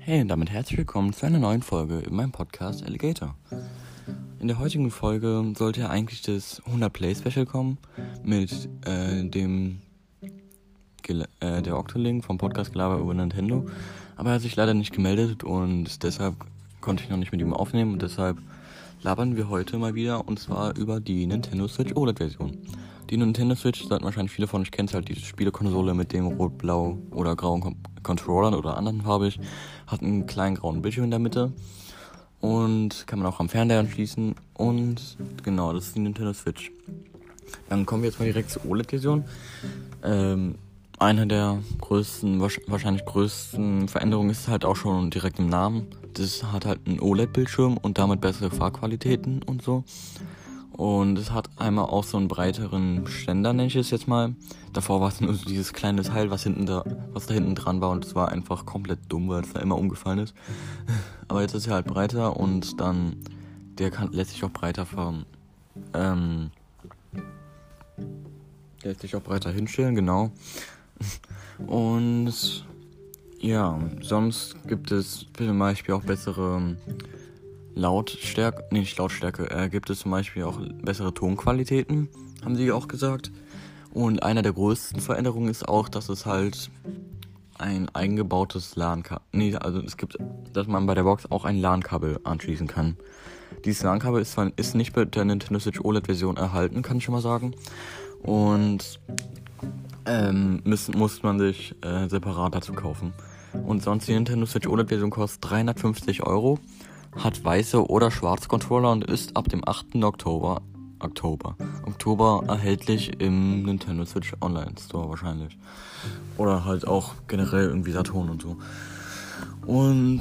Hey und damit herzlich willkommen zu einer neuen Folge in meinem Podcast Alligator. In der heutigen Folge sollte ja eigentlich das 100 Play Special kommen mit der Octolink vom Podcast Gelaber über Nintendo, aber er hat sich leider nicht gemeldet und deshalb konnte ich noch nicht mit ihm aufnehmen und deshalb labern wir heute mal wieder und zwar über die Nintendo Switch OLED-Version. Die Nintendo Switch, sollten wahrscheinlich viele von euch kennen, halt diese Spielekonsole mit dem rot-blau oder grauen Controllern oder anderen farbig, hat einen kleinen grauen Bildschirm in der Mitte und kann man auch am Fernseher anschließen und genau, das ist die Nintendo Switch. Dann kommen wir jetzt mal direkt zur OLED-Version. Eine der wahrscheinlich größten Veränderungen ist halt auch schon direkt im Namen. Das hat halt einen OLED-Bildschirm und damit bessere Fahrqualitäten und so. Und es hat einmal auch so einen breiteren Ständer, nenne ich es jetzt mal. Davor war es nur so dieses kleine Teil, was da hinten dran war und es war einfach komplett dumm, weil es da immer umgefallen ist. Aber jetzt ist er halt breiter und dann lässt sich auch breiter hinstellen, genau. Und ja, sonst gibt es zum Beispiel auch bessere gibt es zum Beispiel auch bessere Tonqualitäten, haben sie auch gesagt. Und einer der größten Veränderungen ist auch, dass es halt ein eingebautes LAN-Kabel, dass man bei der Box auch ein LAN-Kabel anschließen kann. Dieses LAN-Kabel ist nicht bei der Nintendo Switch OLED-Version erhalten, kann ich schon mal sagen. Und muss man sich separat dazu kaufen. Und sonst die Nintendo Switch OLED-Version kostet 350 €, hat weiße oder schwarze Controller und ist ab dem 8. Oktober erhältlich im Nintendo Switch Online Store wahrscheinlich. Oder halt auch generell irgendwie Saturn und so. Und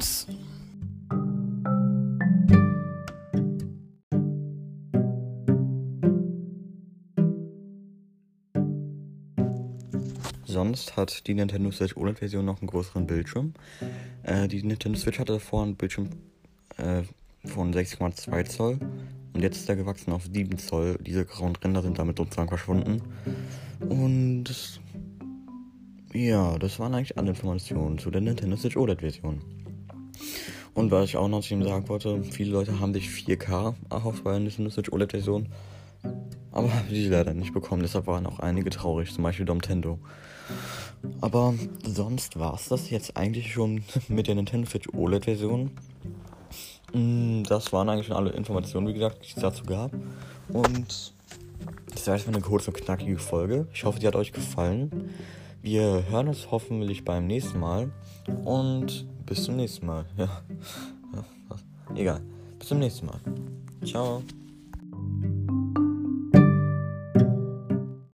sonst hat die Nintendo Switch OLED-Version noch einen größeren Bildschirm. Die Nintendo Switch hatte davor einen Bildschirm von 6,2 Zoll und jetzt ist er gewachsen auf 7 Zoll. Diese grauen Ränder sind damit sozusagen verschwunden. Und ja, das waren eigentlich alle Informationen zu der Nintendo Switch OLED-Version. Und was ich auch noch zu ihm sagen wollte, viele Leute haben sich 4K erhofft bei der Nintendo Switch OLED-Version, aber haben sie leider nicht bekommen, deshalb waren auch einige traurig, zum Beispiel Nintendo. Aber sonst war es das jetzt eigentlich schon mit der Nintendo Switch OLED-Version. Das waren eigentlich schon alle Informationen, wie gesagt, die es dazu gab. Und das war jetzt mal eine kurze und knackige Folge. Ich hoffe, die hat euch gefallen. Wir hören uns hoffentlich beim nächsten Mal. Und bis zum nächsten Mal. Egal. Bis zum nächsten Mal. Ciao.